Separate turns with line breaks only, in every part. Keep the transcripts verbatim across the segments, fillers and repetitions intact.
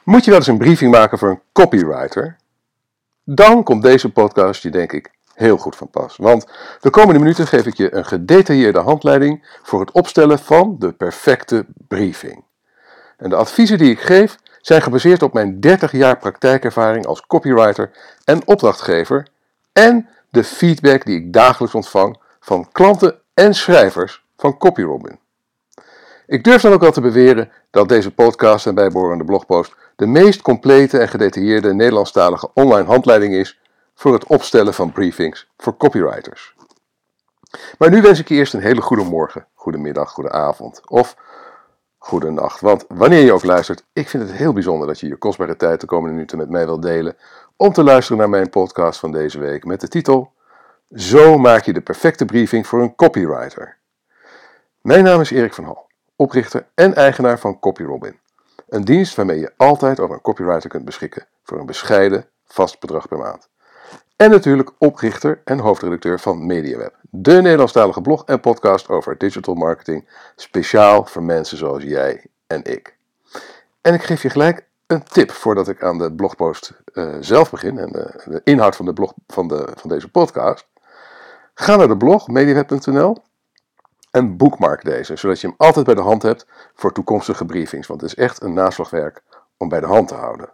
Moet je wel eens een briefing maken voor een copywriter? Dan komt deze podcast je denk ik heel goed van pas. Want de komende minuten geef ik je een gedetailleerde handleiding voor het opstellen van de perfecte briefing. En de adviezen die ik geef zijn gebaseerd op mijn dertig jaar praktijkervaring als copywriter en opdrachtgever en de feedback die ik dagelijks ontvang van klanten en schrijvers van CopyRobin. Ik durf dan ook wel te beweren dat deze podcast en bijbehorende blogpost de meest complete en gedetailleerde Nederlandstalige online handleiding is voor het opstellen van briefings voor copywriters. Maar nu wens ik je eerst een hele goede morgen, goede middag, goede avond of goede nacht. Want wanneer je ook luistert, ik vind het heel bijzonder dat je je kostbare tijd de komende minuten met mij wilt delen om te luisteren naar mijn podcast van deze week met de titel Zo maak je de perfecte briefing voor een copywriter. Mijn naam is Erik van Hal, oprichter en eigenaar van CopyRobin. Een dienst waarmee je altijd over een copywriter kunt beschikken voor een bescheiden vast bedrag per maand. En natuurlijk oprichter en hoofdredacteur van MediaWeb, de Nederlandstalige blog en podcast over digital marketing, speciaal voor mensen zoals jij en ik. En ik geef je gelijk een tip voordat ik aan de blogpost uh, zelf begin en de, de inhoud van de blog van, de, van deze podcast. Ga naar de blog mediaweb punt n l en bookmark deze, zodat je hem altijd bij de hand hebt voor toekomstige briefings, want het is echt een naslagwerk om bij de hand te houden.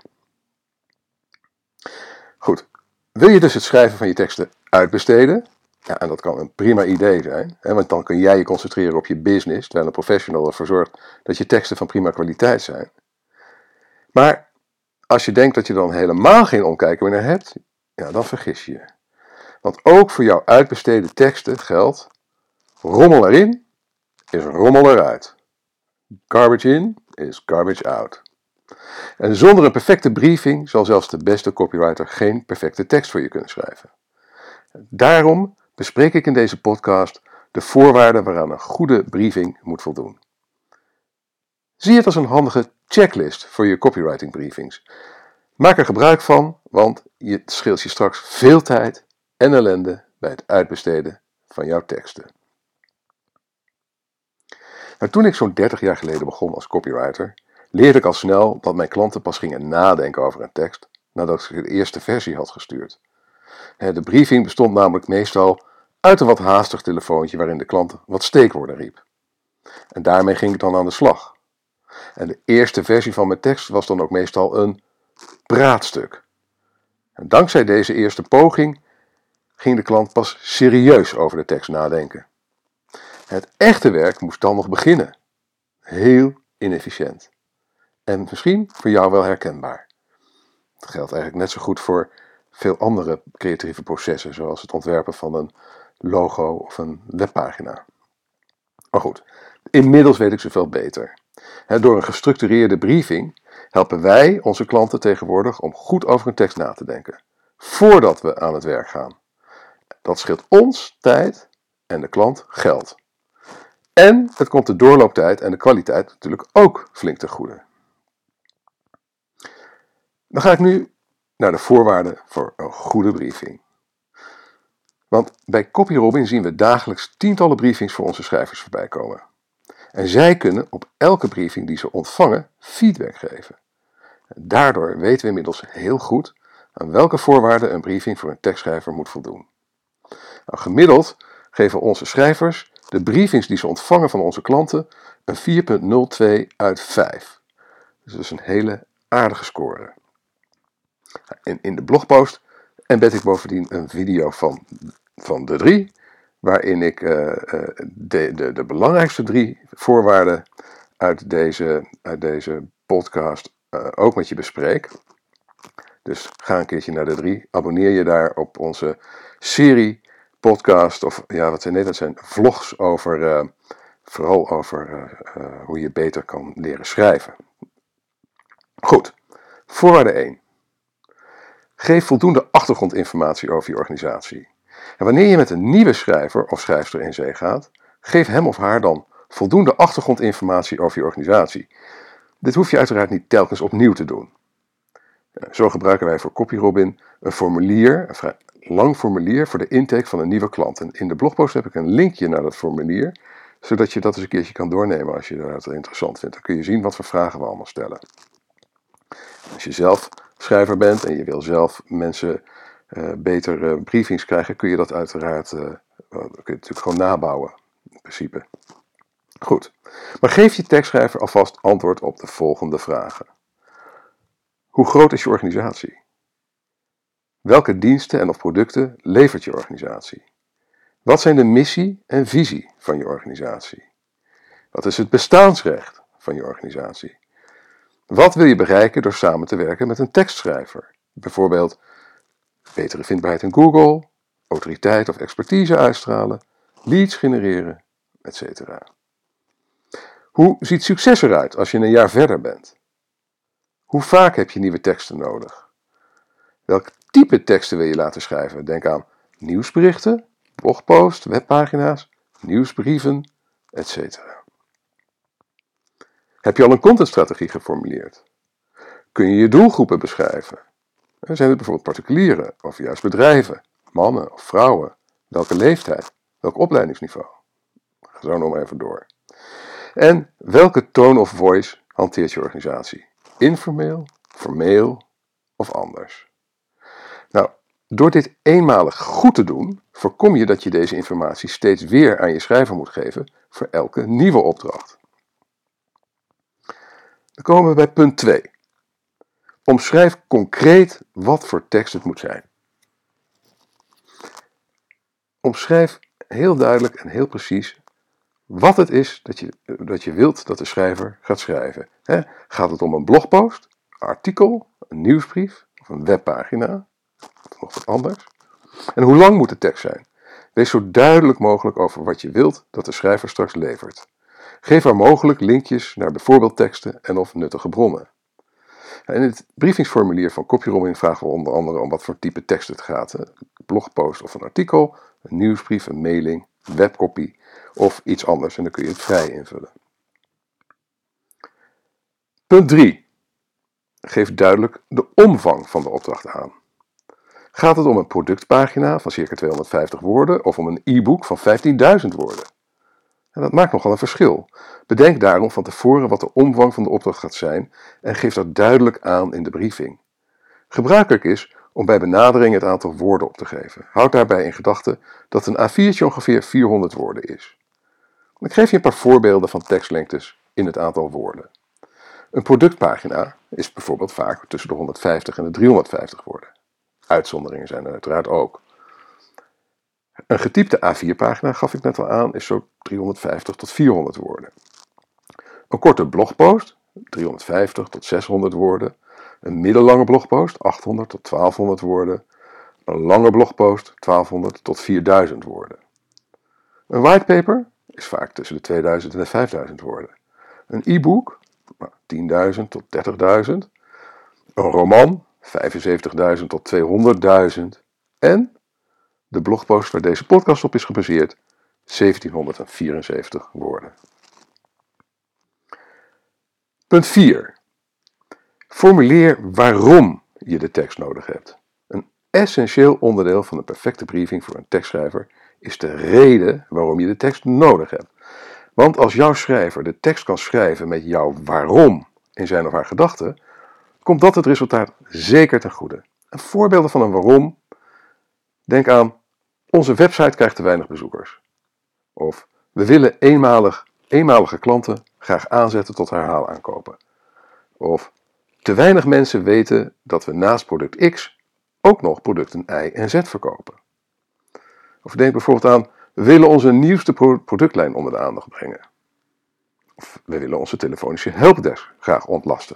Goed, wil je dus het schrijven van je teksten uitbesteden? Ja, en dat kan een prima idee zijn, hè, want dan kun jij je concentreren op je business, terwijl een professional ervoor zorgt dat je teksten van prima kwaliteit zijn. Maar als je denkt dat je dan helemaal geen omkijken meer naar hebt, ja, dan vergis je je. Want ook voor jouw uitbesteden teksten geldt, rommel erin is rommel eruit. Garbage in is garbage out. En zonder een perfecte briefing zal zelfs de beste copywriter geen perfecte tekst voor je kunnen schrijven. Daarom bespreek ik in deze podcast de voorwaarden waaraan een goede briefing moet voldoen. Zie het als een handige checklist voor je copywriting briefings. Maak er gebruik van, want het scheelt je straks veel tijd en ellende bij het uitbesteden van jouw teksten. Nou, toen ik zo'n dertig jaar geleden begon als copywriter, leerde ik al snel dat mijn klanten pas gingen nadenken over een tekst nadat ik de eerste versie had gestuurd. De briefing bestond namelijk meestal uit een wat haastig telefoontje waarin de klant wat steekwoorden riep. En daarmee ging ik dan aan de slag. En de eerste versie van mijn tekst was dan ook meestal een praatstuk. En dankzij deze eerste poging ging de klant pas serieus over de tekst nadenken. Het echte werk moest dan nog beginnen. Heel inefficiënt. En misschien voor jou wel herkenbaar. Het geldt eigenlijk net zo goed voor veel andere creatieve processen, zoals het ontwerpen van een logo of een webpagina. Maar goed, inmiddels weet ik zoveel beter. Door een gestructureerde briefing helpen wij onze klanten tegenwoordig om goed over een tekst na te denken, voordat we aan het werk gaan. Dat scheelt ons tijd en de klant geld. En het komt de doorlooptijd en de kwaliteit natuurlijk ook flink ten goede. Dan ga ik nu naar de voorwaarden voor een goede briefing. Want bij CopyRobin zien we dagelijks tientallen briefings voor onze schrijvers voorbij komen. En zij kunnen op elke briefing die ze ontvangen feedback geven. Daardoor weten we inmiddels heel goed aan welke voorwaarden een briefing voor een tekstschrijver moet voldoen. Nou, gemiddeld geven onze schrijvers de briefings die ze ontvangen van onze klanten een vier komma nul twee uit vijf. Dus dat is een hele aardige score. In, in de blogpost embed ik bovendien een video van, van de drie, waarin ik uh, de, de, de belangrijkste drie voorwaarden uit deze, uit deze podcast uh, ook met je bespreek. Dus ga een keertje naar de drie, abonneer je daar op onze serie podcast, of ja, wat zijn net, dat zijn vlogs over, uh, vooral over uh, uh, hoe je beter kan leren schrijven. Goed, voorwaarde één. Geef voldoende achtergrondinformatie over je organisatie. En wanneer je met een nieuwe schrijver of schrijfster in zee gaat, geef hem of haar dan voldoende achtergrondinformatie over je organisatie. Dit hoef je uiteraard niet telkens opnieuw te doen. Zo gebruiken wij voor CopyRobin een formulier, een vrij lang formulier voor de intake van een nieuwe klant. En in de blogpost heb ik een linkje naar dat formulier, zodat je dat eens een keertje kan doornemen als je dat interessant vindt. Dan kun je zien wat voor vragen we allemaal stellen. als je zelf schrijver bent en je wil zelf mensen uh, beter uh, briefings krijgen, kun je dat uiteraard uh, kun je natuurlijk gewoon nabouwen, in principe. Goed, maar geef je tekstschrijver alvast antwoord op de volgende vragen. Hoe groot is je organisatie? Welke diensten en of producten levert je organisatie? Wat zijn de missie en visie van je organisatie? Wat is het bestaansrecht van je organisatie? Wat wil je bereiken door samen te werken met een tekstschrijver? Bijvoorbeeld betere vindbaarheid in Google, autoriteit of expertise uitstralen, leads genereren, et cetera. Hoe ziet succes eruit als je een jaar verder bent? Hoe vaak heb je nieuwe teksten nodig? Welk type teksten wil je laten schrijven? Denk aan nieuwsberichten, blogposts, webpagina's, nieuwsbrieven, et cetera. Heb je al een contentstrategie geformuleerd? Kun je je doelgroepen beschrijven? Zijn het bijvoorbeeld particulieren of juist bedrijven, mannen of vrouwen? Welke leeftijd? Welk opleidingsniveau? Ga zo nog maar even door. En welke tone of voice hanteert je organisatie? Informeel, formeel of anders? Nou, door dit eenmalig goed te doen, voorkom je dat je deze informatie steeds weer aan je schrijver moet geven voor elke nieuwe opdracht. Dan komen we bij punt twee. Omschrijf concreet wat voor tekst het moet zijn. Omschrijf heel duidelijk en heel precies wat het is dat je, dat je wilt dat de schrijver gaat schrijven. He, gaat het om een blogpost, een artikel, een nieuwsbrief of een webpagina? Of nog wat anders? En hoe lang moet de tekst zijn? Wees zo duidelijk mogelijk over wat je wilt dat de schrijver straks levert. Geef waar mogelijk linkjes naar bijvoorbeeld teksten en of nuttige bronnen. In het briefingsformulier van CopyRobin vragen we onder andere om wat voor type tekst het gaat. Een blogpost of een artikel, een nieuwsbrief, een mailing, webcopy of iets anders. En dan kun je het vrij invullen. Punt drie. Geef duidelijk de omvang van de opdracht aan. Gaat het om een productpagina van circa tweehonderdvijftig woorden of om een e-book van vijftienduizend woorden? En dat maakt nogal een verschil. Bedenk daarom van tevoren wat de omvang van de opdracht gaat zijn en geef dat duidelijk aan in de briefing. Gebruikelijk is om bij benadering het aantal woorden op te geven. Houd daarbij in gedachten dat een A viertje ongeveer vierhonderd woorden is. Ik geef je een paar voorbeelden van tekstlengtes in het aantal woorden. Een productpagina is bijvoorbeeld vaak tussen de honderdvijftig en de driehonderdvijftig woorden. Uitzonderingen zijn er uiteraard ook. Een getypte A vier pagina, gaf ik net al aan, is zo driehonderdvijftig tot vierhonderd woorden. Een korte blogpost, driehonderdvijftig tot zeshonderd woorden. Een middellange blogpost, achthonderd tot twaalfhonderd woorden. Een lange blogpost, twaalfhonderd tot vierduizend woorden. Een whitepaper is vaak tussen de tweeduizend en de vijfduizend woorden. Een e-book, tienduizend tot dertigduizend. Een roman, vijfenzeventigduizend tot tweehonderdduizend. En de blogpost waar deze podcast op is gebaseerd, zeventienhonderdvierenzeventig woorden. Punt vier. Formuleer waarom je de tekst nodig hebt. Een essentieel onderdeel van de perfecte briefing voor een tekstschrijver is de reden waarom je de tekst nodig hebt. Want als jouw schrijver de tekst kan schrijven met jouw waarom in zijn of haar gedachten, komt dat het resultaat zeker ten goede. En voorbeelden van een waarom, denk aan: onze website krijgt te weinig bezoekers. Of we willen eenmalig, eenmalige klanten graag aanzetten tot herhaalaankopen. Of te weinig mensen weten dat we naast product X ook nog producten Y en Z verkopen. Of denk bijvoorbeeld aan: we willen onze nieuwste productlijn onder de aandacht brengen. Of we willen onze telefonische helpdesk graag ontlasten.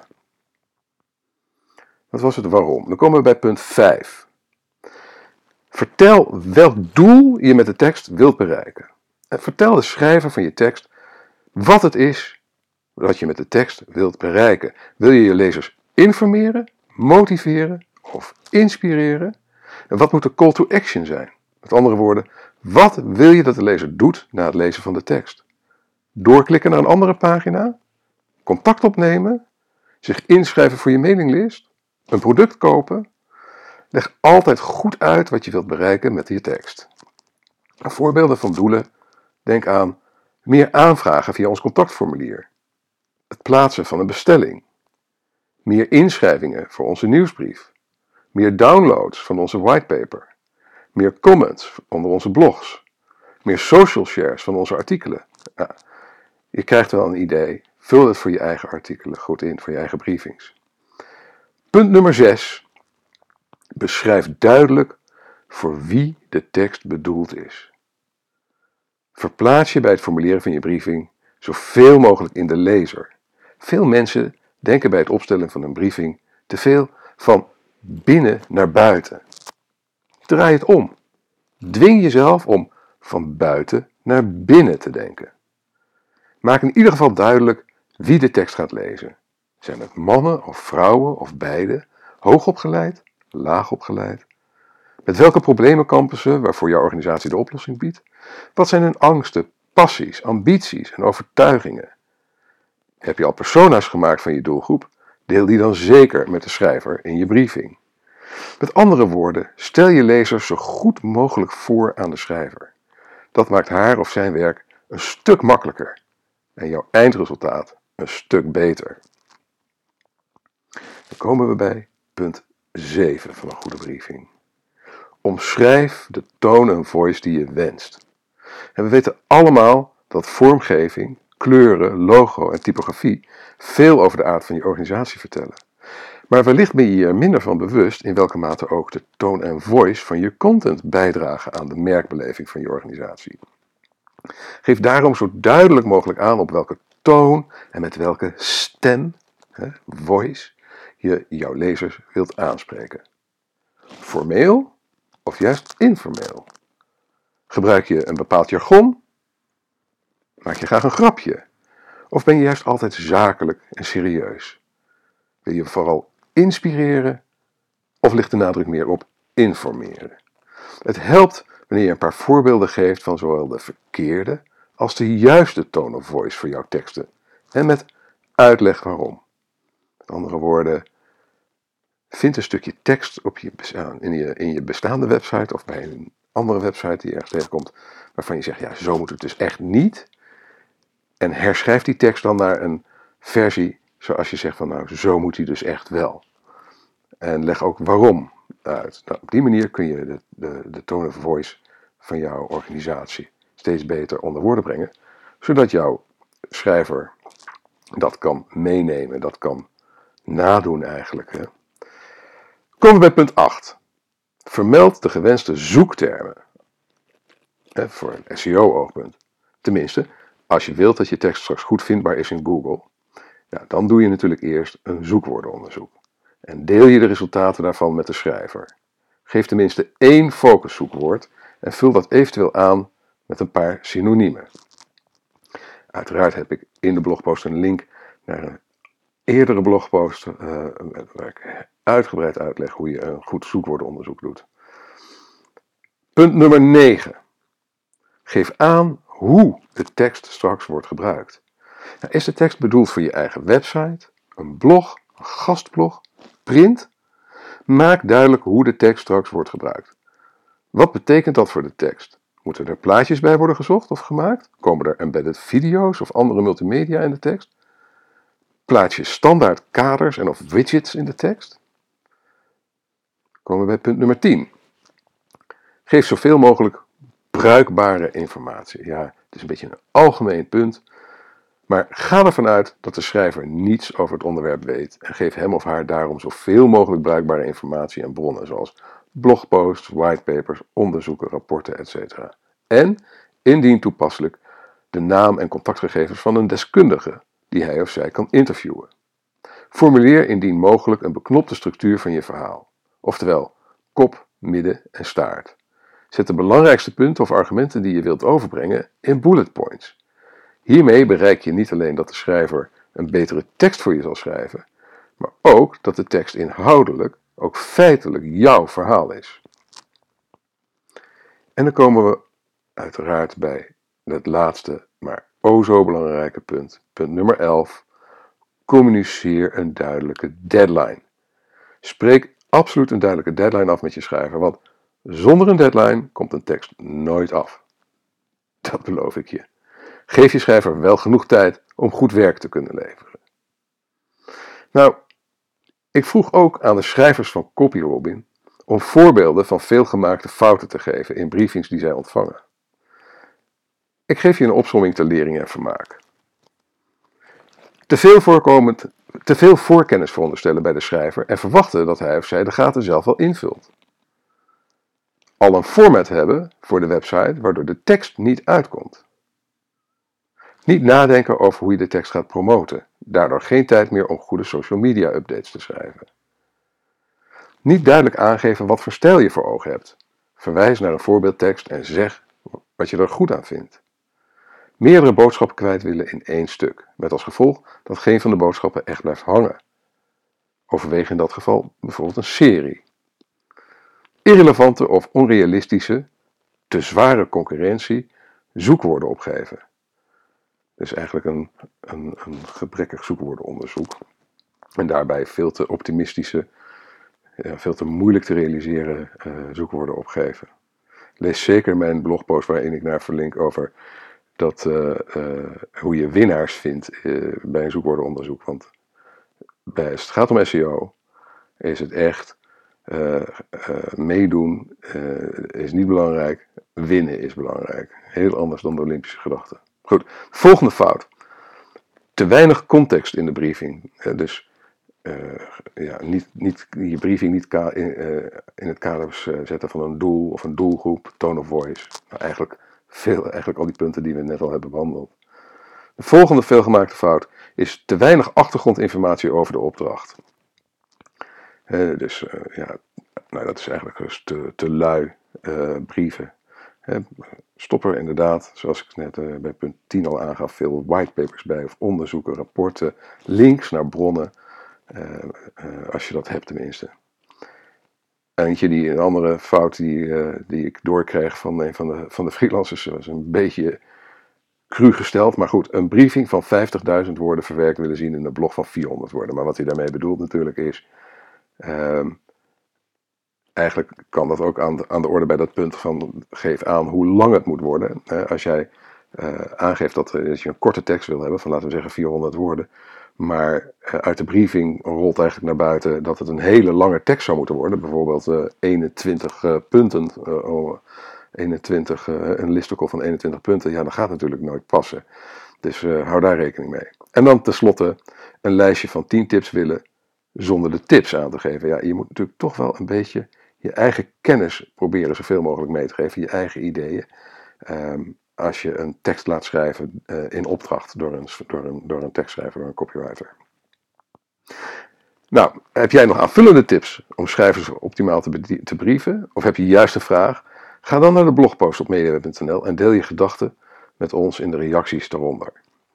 Dat was het waarom. Dan komen we bij punt vijf. Vertel welk doel je met de tekst wilt bereiken. En vertel de schrijver van je tekst wat het is wat je met de tekst wilt bereiken. Wil je je lezers informeren, motiveren of inspireren? En wat moet de call to action zijn? Met andere woorden, wat wil je dat de lezer doet na het lezen van de tekst? Doorklikken naar een andere pagina? Contact opnemen? Zich inschrijven voor je mailinglist? Een product kopen? Leg altijd goed uit wat je wilt bereiken met je tekst. Voorbeelden van doelen: denk aan meer aanvragen via ons contactformulier, het plaatsen van een bestelling, Meer inschrijvingen voor onze nieuwsbrief. Meer downloads van onze whitepaper. Meer comments onder onze blogs. Meer social shares van onze artikelen. Nou, je krijgt wel een idee. Vul het voor je eigen artikelen goed in, voor je eigen briefings. Punt nummer zes. Beschrijf duidelijk voor wie de tekst bedoeld is. Verplaats je bij het formuleren van je briefing zoveel mogelijk in de lezer. Veel mensen denken bij het opstellen van een briefing te veel van binnen naar buiten. Draai het om. Dwing jezelf om van buiten naar binnen te denken. Maak in ieder geval duidelijk wie de tekst gaat lezen. Zijn het mannen of vrouwen of beide? Hoogopgeleid, laagopgeleid? Met welke problemen kampen ze waarvoor jouw organisatie de oplossing biedt? Wat zijn hun angsten, passies, ambities en overtuigingen? Heb je al persona's gemaakt van je doelgroep? Deel die dan zeker met de schrijver in je briefing. Met andere woorden, stel je lezers zo goed mogelijk voor aan de schrijver. Dat maakt haar of zijn werk een stuk makkelijker en jouw eindresultaat een stuk beter. Dan komen we bij punt zeven van een goede briefing. Omschrijf de tone en voice die je wenst. En we weten allemaal dat vormgeving, kleuren, logo en typografie veel over de aard van je organisatie vertellen. Maar wellicht ben je je er minder van bewust in welke mate ook de tone en voice van je content bijdragen aan de merkbeleving van je organisatie. Geef daarom zo duidelijk mogelijk aan op welke toon en met welke stem, hè, voice, je jouw lezers wilt aanspreken. Formeel of juist informeel? Gebruik je een bepaald jargon? Maak je graag een grapje? Of ben je juist altijd zakelijk en serieus? Wil je vooral inspireren of ligt de nadruk meer op informeren? Het helpt wanneer je een paar voorbeelden geeft van zowel de verkeerde als de juiste tone of voice voor jouw teksten en met uitleg waarom. Met andere woorden, vind een stukje tekst op je, in, je, in je bestaande website of bij een andere website die je ergens tegenkomt waarvan je zegt, ja, zo moet het dus echt niet. En herschrijf die tekst dan naar een versie zoals je zegt van, nou, zo moet hij dus echt wel. En leg ook waarom uit. Nou, op die manier kun je de, de, de tone of voice van jouw organisatie steeds beter onder woorden brengen, zodat jouw schrijver dat kan meenemen, dat kan nadoen eigenlijk. Hè. Komen we bij punt acht. Vermeld de gewenste zoektermen. Hè, voor een S E O-oogpunt. Tenminste, als je wilt dat je tekst straks goed vindbaar is in Google, ja, dan doe je natuurlijk eerst een zoekwoordenonderzoek. En deel je de resultaten daarvan met de schrijver. Geef tenminste één focuszoekwoord en vul dat eventueel aan met een paar synoniemen. Uiteraard heb ik in de blogpost een link naar een eerdere blogpost uh, waar ik uitgebreid uitleg hoe je een goed zoekwoordenonderzoek doet. Punt nummer negen. Geef aan hoe de tekst straks wordt gebruikt. Nou, is de tekst bedoeld voor je eigen website, een blog, een gastblog, print? Maak duidelijk hoe de tekst straks wordt gebruikt. Wat betekent dat voor de tekst? Moeten er plaatjes bij worden gezocht of gemaakt? Komen er embedded video's of andere multimedia in de tekst? Plaats je standaard kaders en of widgets in de tekst? Komen we bij punt nummer tien. Geef zoveel mogelijk bruikbare informatie. Ja, het is een beetje een algemeen punt, maar ga ervan uit dat de schrijver niets over het onderwerp weet en geef hem of haar daarom zoveel mogelijk bruikbare informatie en bronnen, zoals blogposts, whitepapers, onderzoeken, rapporten, et cetera. En, indien toepasselijk, de naam en contactgegevens van een deskundige die hij of zij kan interviewen. Formuleer indien mogelijk een beknopte structuur van je verhaal, oftewel kop, midden en staart. Zet de belangrijkste punten of argumenten die je wilt overbrengen in bullet points. Hiermee bereik je niet alleen dat de schrijver een betere tekst voor je zal schrijven, maar ook dat de tekst inhoudelijk ook feitelijk jouw verhaal is. En dan komen we uiteraard bij het laatste, maar o zo belangrijke punt. Punt nummer elf. Communiceer een duidelijke deadline. Spreek absoluut een duidelijke deadline af met je schrijver, want zonder een deadline komt een tekst nooit af. Dat beloof ik je. Geef je schrijver wel genoeg tijd om goed werk te kunnen leveren. Nou, Ik vroeg ook aan de schrijvers van CopyRobin om voorbeelden van veelgemaakte fouten te geven in briefings die zij ontvangen. Ik geef je een opsomming ter lering en vermaak. Te veel, voorkomend, te veel voorkennis veronderstellen bij de schrijver en verwachten dat hij of zij de gaten zelf wel invult. Al een format hebben voor de website waardoor de tekst niet uitkomt. Niet nadenken over hoe je de tekst gaat promoten, daardoor geen tijd meer om goede social media updates te schrijven. Niet duidelijk aangeven wat voor stijl je voor ogen hebt. Verwijs naar een voorbeeldtekst en zeg wat je er goed aan vindt. Meerdere boodschappen kwijt willen in één stuk, met als gevolg dat geen van de boodschappen echt blijft hangen. Overweeg in dat geval bijvoorbeeld een serie. Irrelevante of onrealistische, te zware concurrentie, zoekwoorden opgeven. Dus eigenlijk een, een, een gebrekkig zoekwoordenonderzoek. En daarbij veel te optimistische, ja, veel te moeilijk te realiseren uh, zoekwoorden opgeven. Lees zeker mijn blogpost waarin ik naar verlink over dat, uh, uh, hoe je winnaars vindt uh, bij een zoekwoordenonderzoek. Want bij, als het gaat om S E O is het echt uh, uh, meedoen uh, is niet belangrijk, winnen is belangrijk. Heel anders dan de Olympische gedachte. Goed, volgende fout. Te weinig context in de briefing. Dus uh, ja, niet, niet, je briefing niet ka- in, uh, in het kader zetten van een doel of een doelgroep, tone of voice. Nou, eigenlijk, veel, eigenlijk al die punten die we net al hebben behandeld. De volgende veelgemaakte fout is te weinig achtergrondinformatie over de opdracht. Uh, dus uh, ja, nou, dat is eigenlijk dus te, te lui uh, brieven. Uh, stop er inderdaad, zoals ik net uh, bij punt tien al aangaf, veel whitepapers bij of onderzoeken, rapporten, links naar bronnen, uh, uh, als je dat hebt tenminste. Eentje die, een andere fout die, uh, die ik doorkreeg van een van de, van de freelancers, was een beetje cru gesteld, maar goed, een briefing van vijftigduizend woorden verwerkt willen zien in een blog van vierhonderd woorden. Maar wat hij daarmee bedoelt natuurlijk is, uh, eigenlijk kan dat ook aan de, aan de orde bij dat punt van geef aan hoe lang het moet worden. Uh, als jij uh, aangeeft dat, uh, dat je een korte tekst wil hebben, van laten we zeggen vierhonderd woorden, maar uh, uit de briefing rolt eigenlijk naar buiten dat het een hele lange tekst zou moeten worden, bijvoorbeeld uh, eenentwintig uh, punten, uh, oh, eenentwintig, uh, een listicle van eenentwintig punten, ja, dat gaat natuurlijk nooit passen. Dus uh, hou daar rekening mee. En dan tenslotte een lijstje van tien tips willen zonder de tips aan te geven. Ja, je moet natuurlijk toch wel een beetje je eigen kennis proberen zoveel mogelijk mee te geven, je eigen ideeën. Um, als je een tekst laat schrijven uh, in opdracht door een, door, een, door een tekstschrijver, door een copywriter. Nou, heb jij nog aanvullende tips om schrijvers optimaal te, bedie- te brieven? Of heb je juist een vraag? Ga dan naar de blogpost op mediaweb punt n l en deel je gedachten met ons in de reacties daaronder.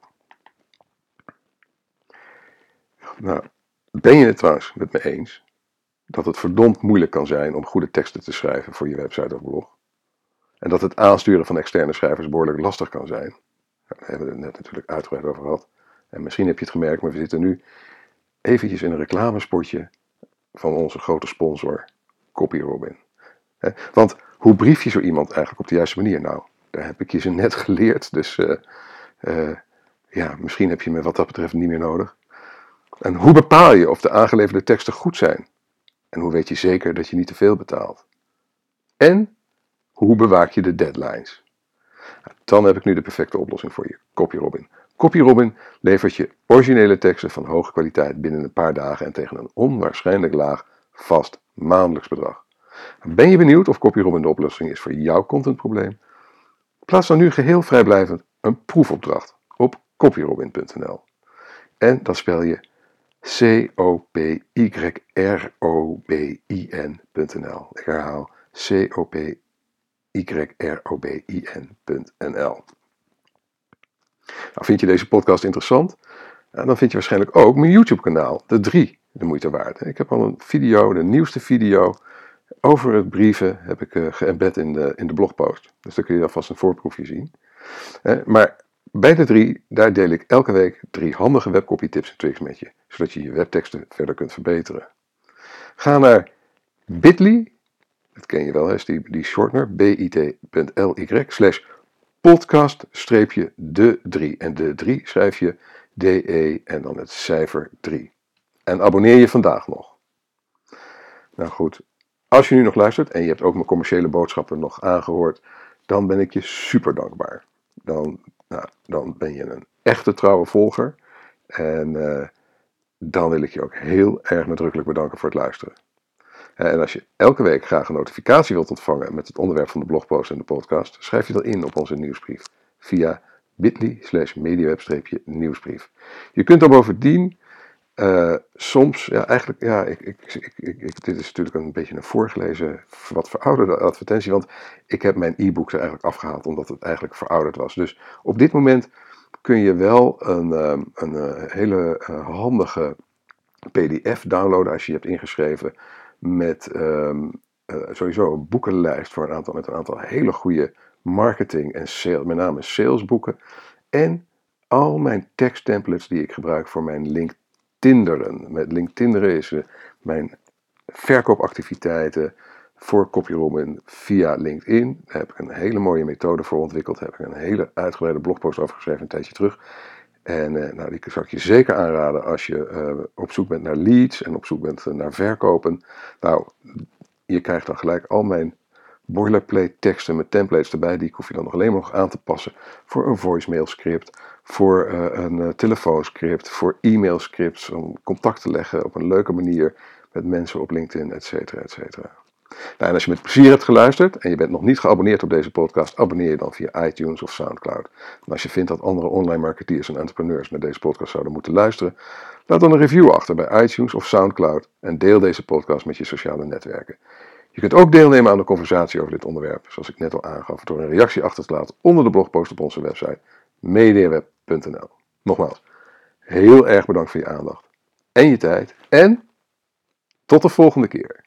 Nou, ben je het trouwens met me eens dat het verdomd moeilijk kan zijn om goede teksten te schrijven voor je website of blog? En dat het aansturen van externe schrijvers behoorlijk lastig kan zijn. Nou, daar hebben we het net natuurlijk uitgebreid over gehad. En misschien heb je het gemerkt, maar we zitten nu eventjes in een reclamespotje van onze grote sponsor, CopyRobin. Want hoe brief je zo iemand eigenlijk op de juiste manier? Nou, daar heb ik je ze net geleerd. Dus uh, uh, ja, misschien heb je me wat dat betreft niet meer nodig. En hoe bepaal je of de aangeleverde teksten goed zijn? En hoe weet je zeker dat je niet te veel betaalt? En hoe bewaak je de deadlines? Dan heb ik nu de perfecte oplossing voor je, CopyRobin. CopyRobin levert je originele teksten van hoge kwaliteit binnen een paar dagen en tegen een onwaarschijnlijk laag vast maandelijks bedrag. Ben je benieuwd of CopyRobin de oplossing is voor jouw contentprobleem? Plaats dan nu geheel vrijblijvend een proefopdracht op copyrobin punt n l. En dan spel je C O P Y R O B I N punt n l. Ik herhaal C O P Y R O B I N punt n l. Nou, vind je deze podcast interessant? Nou, dan vind je waarschijnlijk ook mijn YouTube kanaal, de drie, de moeite waard. Ik heb al een video, de nieuwste video over het brieven heb ik uh, geëmbed in de, in de blogpost. Dus daar kun je alvast een voorproefje zien. Eh, maar bij de drie, daar deel ik elke week drie handige webcopy-tips en tricks met je. Zodat je je webteksten verder kunt verbeteren. Ga naar bit.ly, dat ken je wel, is die, die shortener, bit.ly slash podcast streepje de drie. En de drie schrijf je D E en dan het cijfer drie. En abonneer je vandaag nog. Nou goed, als je nu nog luistert en je hebt ook mijn commerciële boodschappen nog aangehoord, dan ben ik je super dankbaar. Dan, nou, dan ben je een echte trouwe volger. En uh, dan wil ik je ook heel erg nadrukkelijk bedanken voor het luisteren. En als je elke week graag een notificatie wilt ontvangen met het onderwerp van de blogpost en de podcast, schrijf je dan in op onze nieuwsbrief via bit.ly slash mediaweb-nieuwsbrief. Je kunt dan bovendien uh, soms, ja eigenlijk, ja, ik, ik, ik, ik, ik, dit is natuurlijk een beetje een voorgelezen, wat verouderde advertentie, want ik heb mijn e-book er eigenlijk afgehaald omdat het eigenlijk verouderd was. Dus op dit moment kun je wel een, een, een hele handige P D F downloaden als je je hebt ingeschreven met um, uh, sowieso een boekenlijst voor een aantal, met een aantal hele goede marketing en sales, met name salesboeken. En al mijn teksttemplates die ik gebruik voor mijn LinkedInderen. Met LinkedInderen is uh, mijn verkoopactiviteiten voor CopyRobin via LinkedIn. Daar heb ik een hele mooie methode voor ontwikkeld. Daar heb ik een hele uitgebreide blogpost over geschreven een tijdje terug. En uh, nou, die zou ik je zeker aanraden als je uh, op zoek bent naar leads en op zoek bent uh, naar verkopen. Nou, je krijgt dan gelijk al mijn boilerplate teksten met templates erbij. Die hoef je dan nog alleen maar nog aan te passen voor een voicemail script, voor uh, een uh, telefoonscript, voor e-mail scripts, om contact te leggen op een leuke manier met mensen op LinkedIn, et cetera, et cetera. Nou, en als je met plezier hebt geluisterd en je bent nog niet geabonneerd op deze podcast, abonneer je dan via iTunes of Soundcloud. En als je vindt dat andere online marketeers en entrepreneurs naar deze podcast zouden moeten luisteren, laat dan een review achter bij iTunes of Soundcloud en deel deze podcast met je sociale netwerken. Je kunt ook deelnemen aan de conversatie over dit onderwerp, zoals ik net al aangaf, door een reactie achter te laten onder de blogpost op onze website mediaweb punt n l. Nogmaals, heel erg bedankt voor je aandacht en je tijd en tot de volgende keer.